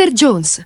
Mr. Jones.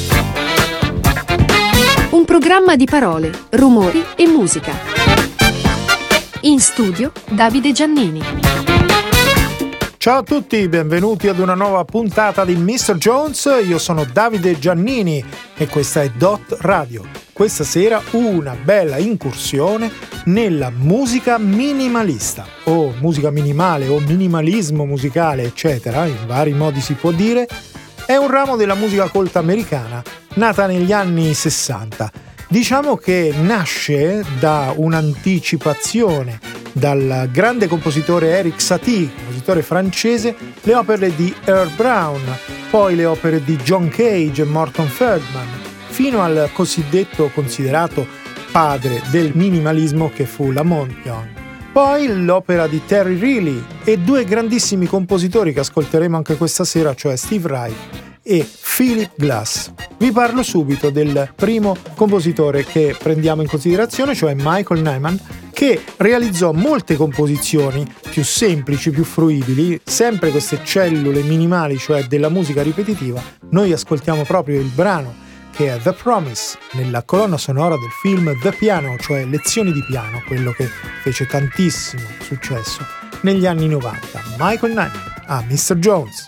Un programma di parole, rumori e musica. In studio Davide Giannini. Ciao a tutti, benvenuti ad una nuova puntata di Mr. Jones. Io sono Davide Giannini e questa è Dot Radio. Questa sera una bella incursione nella musica minimalista, o musica minimale, o minimalismo musicale, eccetera, in vari modi si può dire. È un ramo della musica colta americana, nata negli anni 60. Diciamo che nasce da un'anticipazione dal grande compositore Eric Satie, compositore francese, le opere di Earl Brown, poi le opere di John Cage e Morton Feldman, fino al cosiddetto considerato padre del minimalismo che fu Lamont Young. Poi l'opera di Terry Riley e due grandissimi compositori che ascolteremo anche questa sera, cioè Steve Reich e Philip Glass. Vi parlo subito del primo compositore che prendiamo in considerazione, cioè Michael Nyman, che realizzò molte composizioni più semplici, più fruibili, sempre queste cellule minimali, cioè della musica ripetitiva. Noi ascoltiamo proprio il brano che è The Promise, nella colonna sonora del film The Piano, cioè Lezioni di piano, quello che fece tantissimo successo negli anni 90. Michael Nyman a Mr. Jones.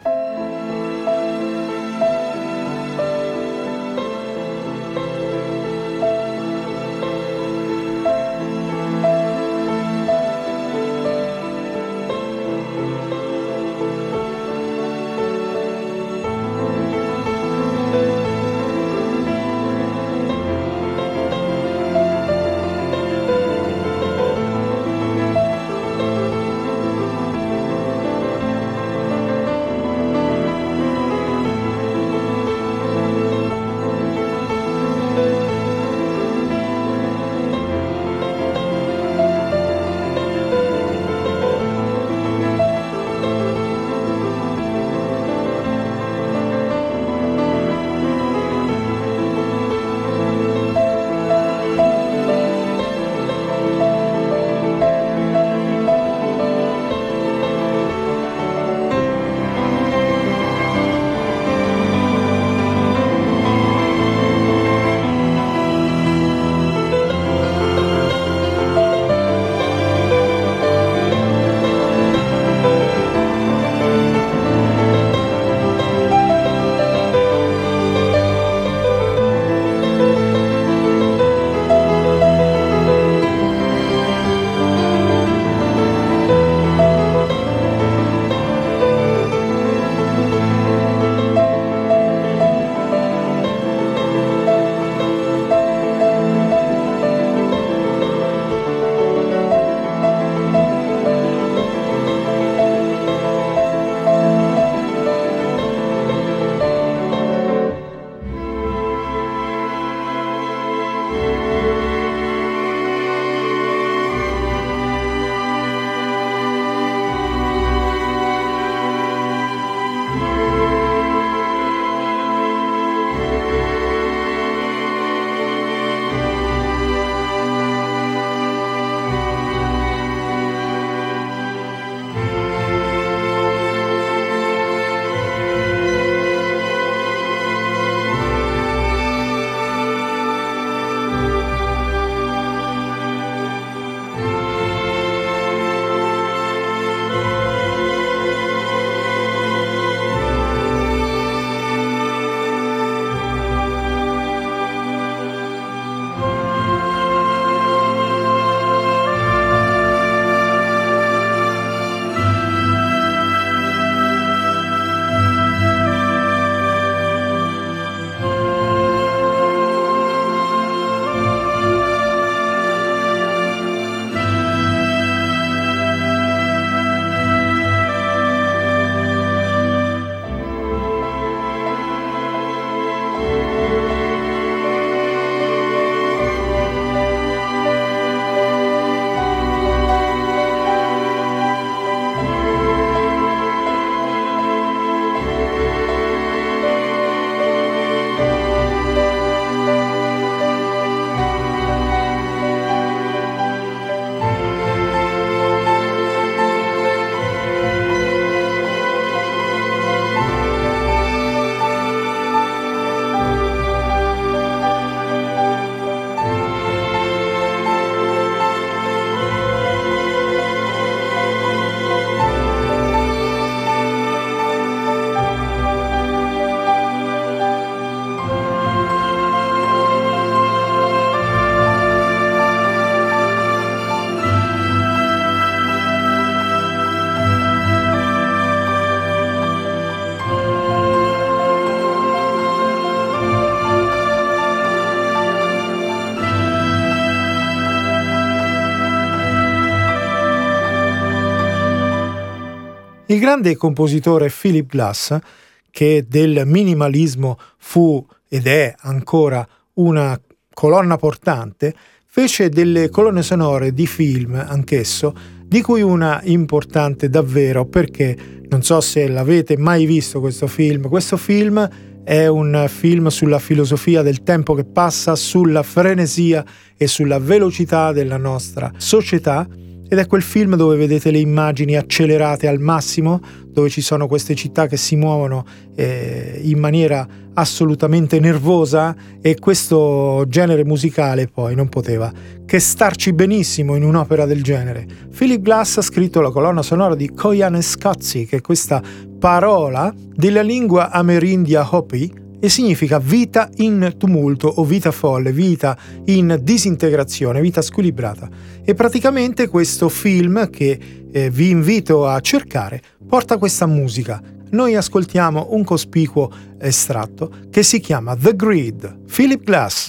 Il grande compositore Philip Glass, che del minimalismo fu ed è ancora una colonna portante, fece delle colonne sonore di film, anch'esso, di cui una importante davvero, perché non so se l'avete mai visto questo film. Questo film è un film sulla filosofia del tempo che passa, sulla frenesia e sulla velocità della nostra società, ed è quel film dove vedete le immagini accelerate al massimo, dove ci sono queste città che si muovono in maniera assolutamente nervosa, e questo genere musicale poi non poteva che starci benissimo in un'opera del genere. Philip Glass ha scritto la colonna sonora di Koyaanisqatsi, che è questa parola della lingua amerindia Hopi, e significa vita in tumulto o vita folle, vita in disintegrazione, vita squilibrata. E praticamente questo film, che vi invito a cercare, porta questa musica. Noi ascoltiamo un cospicuo estratto che si chiama The Grid, Philip Glass.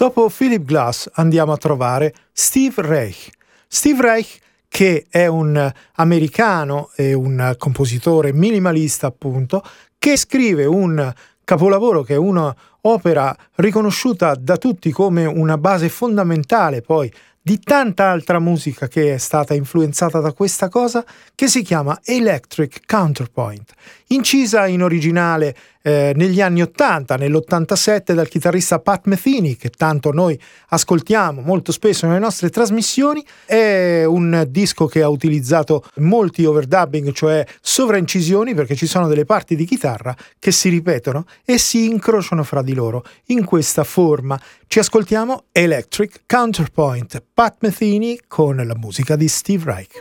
Dopo Philip Glass andiamo a trovare Steve Reich. Steve Reich, che è un americano e un compositore minimalista appunto, che scrive un capolavoro che è un'opera riconosciuta da tutti come una base fondamentale poi di tanta altra musica che è stata influenzata da questa cosa, che si chiama Electric Counterpoint, incisa in originale negli anni 80, nell'87 dal chitarrista Pat Metheny, che tanto noi ascoltiamo molto spesso nelle nostre trasmissioni. È un disco che ha utilizzato molti overdubbing, cioè sovraincisioni, perché ci sono delle parti di chitarra che si ripetono e si incrociano fra di loro in questa forma. Ci ascoltiamo Electric Counterpoint, Pat Metheny con la musica di Steve Reich.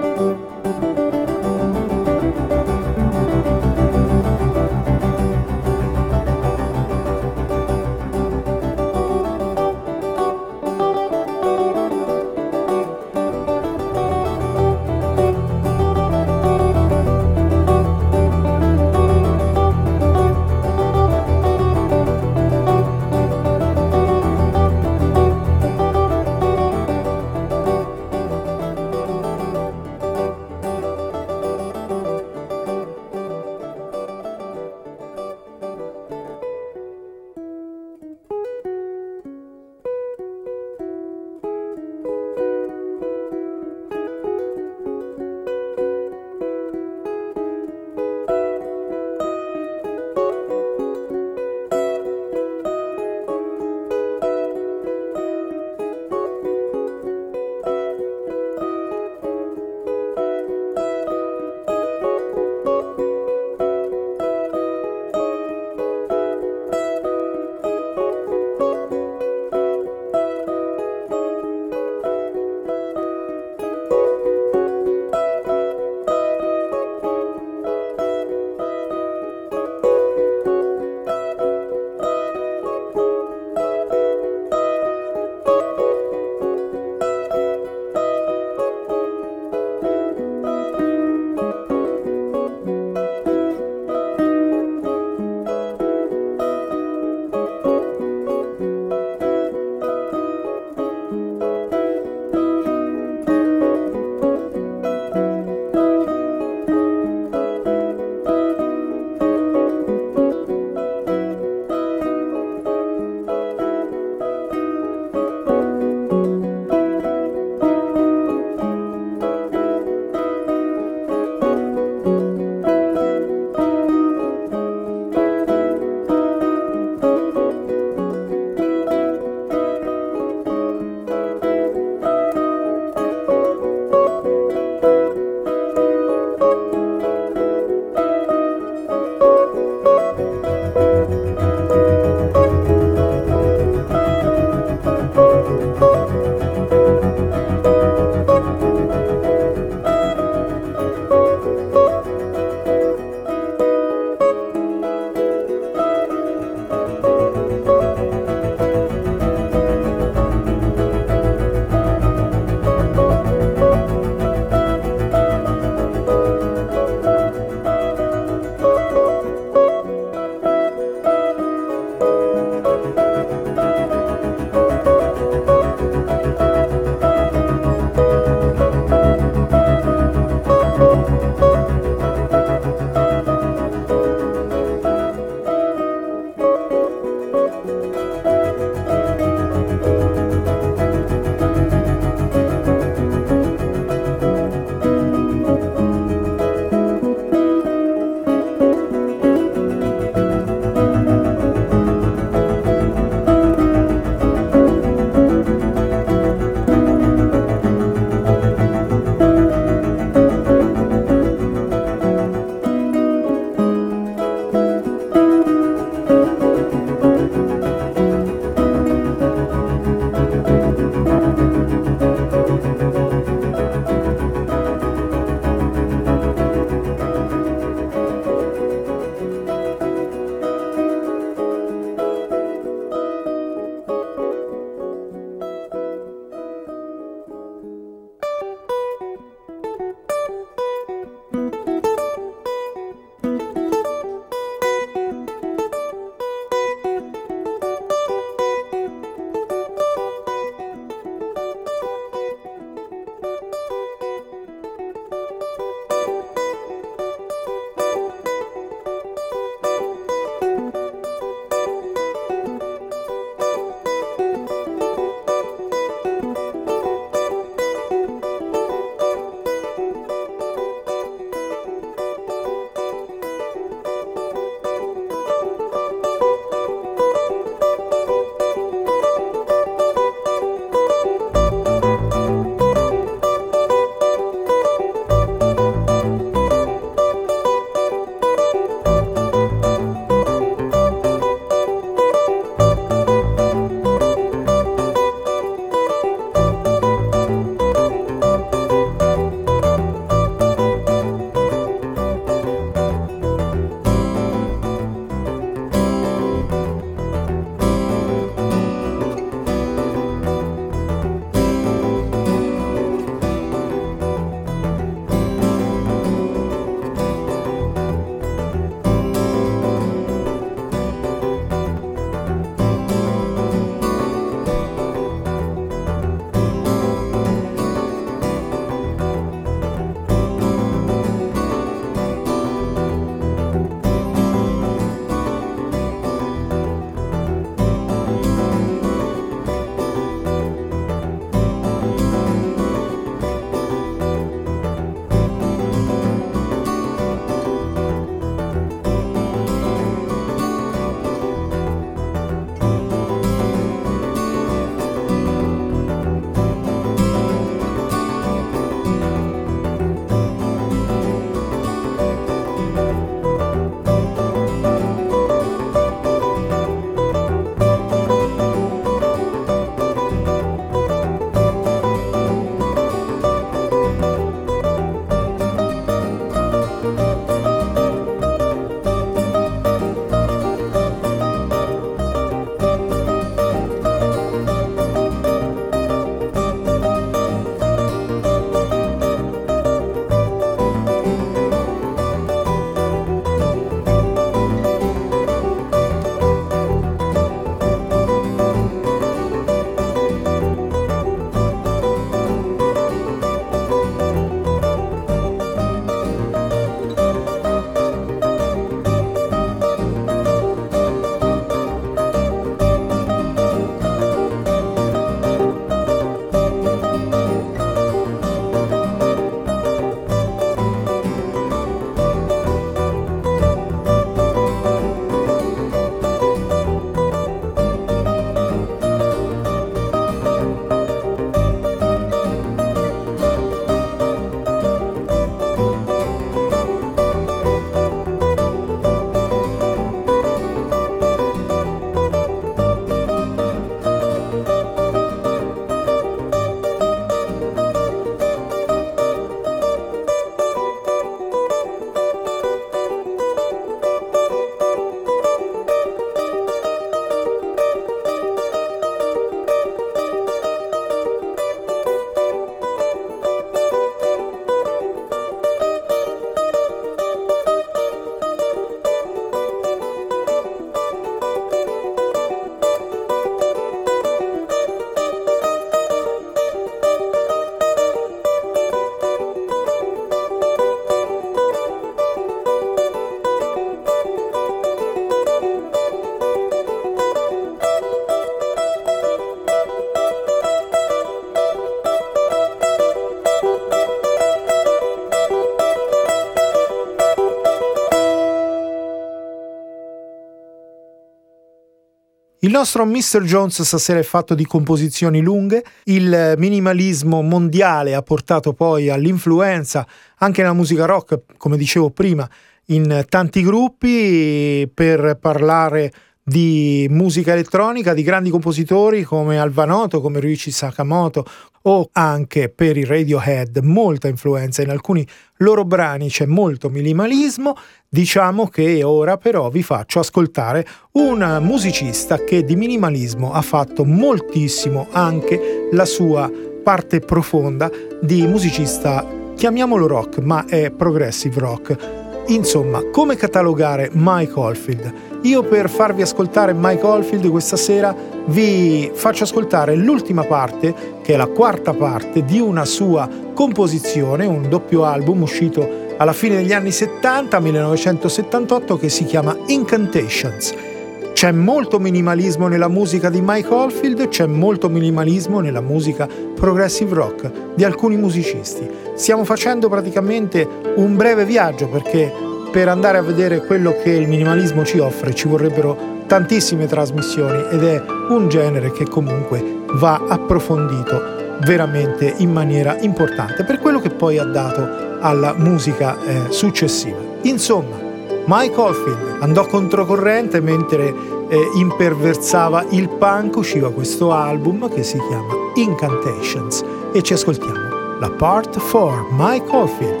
Il nostro Mr. Jones stasera è fatto di composizioni lunghe, il minimalismo mondiale ha portato poi all'influenza anche nella musica rock, come dicevo prima, in tanti gruppi. Per parlare di musica elettronica, di grandi compositori come Alva Noto, come Ryuichi Sakamoto, o anche per i Radiohead, molta influenza, in alcuni loro brani c'è molto minimalismo. Diciamo che ora però vi faccio ascoltare un musicista che di minimalismo ha fatto moltissimo anche la sua parte profonda di musicista, chiamiamolo rock, ma è progressive rock. Insomma, come catalogare Mike Oldfield? Io, per farvi ascoltare Mike Oldfield questa sera, vi faccio ascoltare l'ultima parte, che è la quarta parte di una sua composizione, un doppio album uscito alla fine degli anni 70, 1978, che si chiama Incantations. C'è molto minimalismo nella musica di Mike Oldfield, c'è molto minimalismo nella musica progressive rock di alcuni musicisti. Stiamo facendo praticamente un breve viaggio, perché per andare a vedere quello che il minimalismo ci offre ci vorrebbero tantissime trasmissioni, ed è un genere che comunque va approfondito veramente in maniera importante per quello che poi ha dato alla musica successiva. Insomma, Mike Oldfield andò controcorrente mentre imperversava il punk, usciva questo album che si chiama Incantations e ci ascoltiamo la Part 4, Mike Oldfield.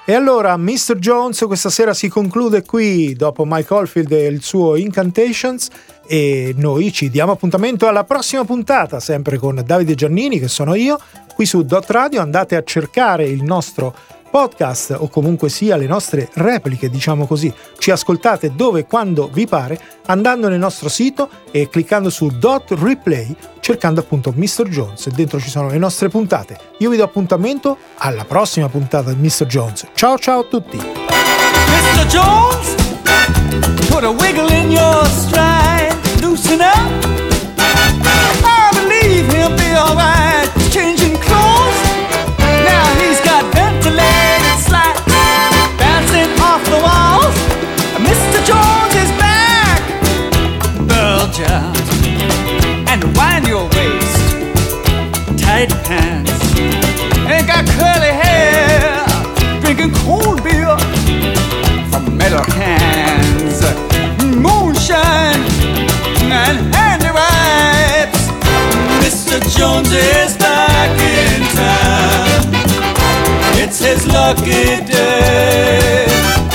E allora Mr. Jones questa sera si conclude qui dopo Mike Oldfield e il suo Incantations, e noi ci diamo appuntamento alla prossima puntata, sempre con Davide Giannini, che sono io, qui su Dot Radio. Andate a cercare il nostro podcast o comunque sia le nostre repliche, diciamo così. Ci ascoltate dove e quando vi pare, andando nel nostro sito e cliccando su Dot Replay, cercando appunto Mr. Jones, e dentro ci sono le nostre puntate. Io vi do appuntamento alla prossima puntata di Mr. Jones. Ciao ciao a tutti. Mr. Jones, put a wiggle in your stride, loosen up. I believe he'll be alright. Changing clothes, now he's got ventilated slats bouncing off the walls. Mr. Jones is back. Bulge out and wind your waist, tight pants, ain't got curly hair, drinking cold beer from metal cans, moonshine and handy wipes. Mr. Jones is back in town. It's his lucky day.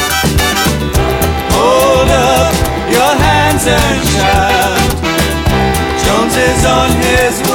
Hold up your hands and shout. Jones is on his way.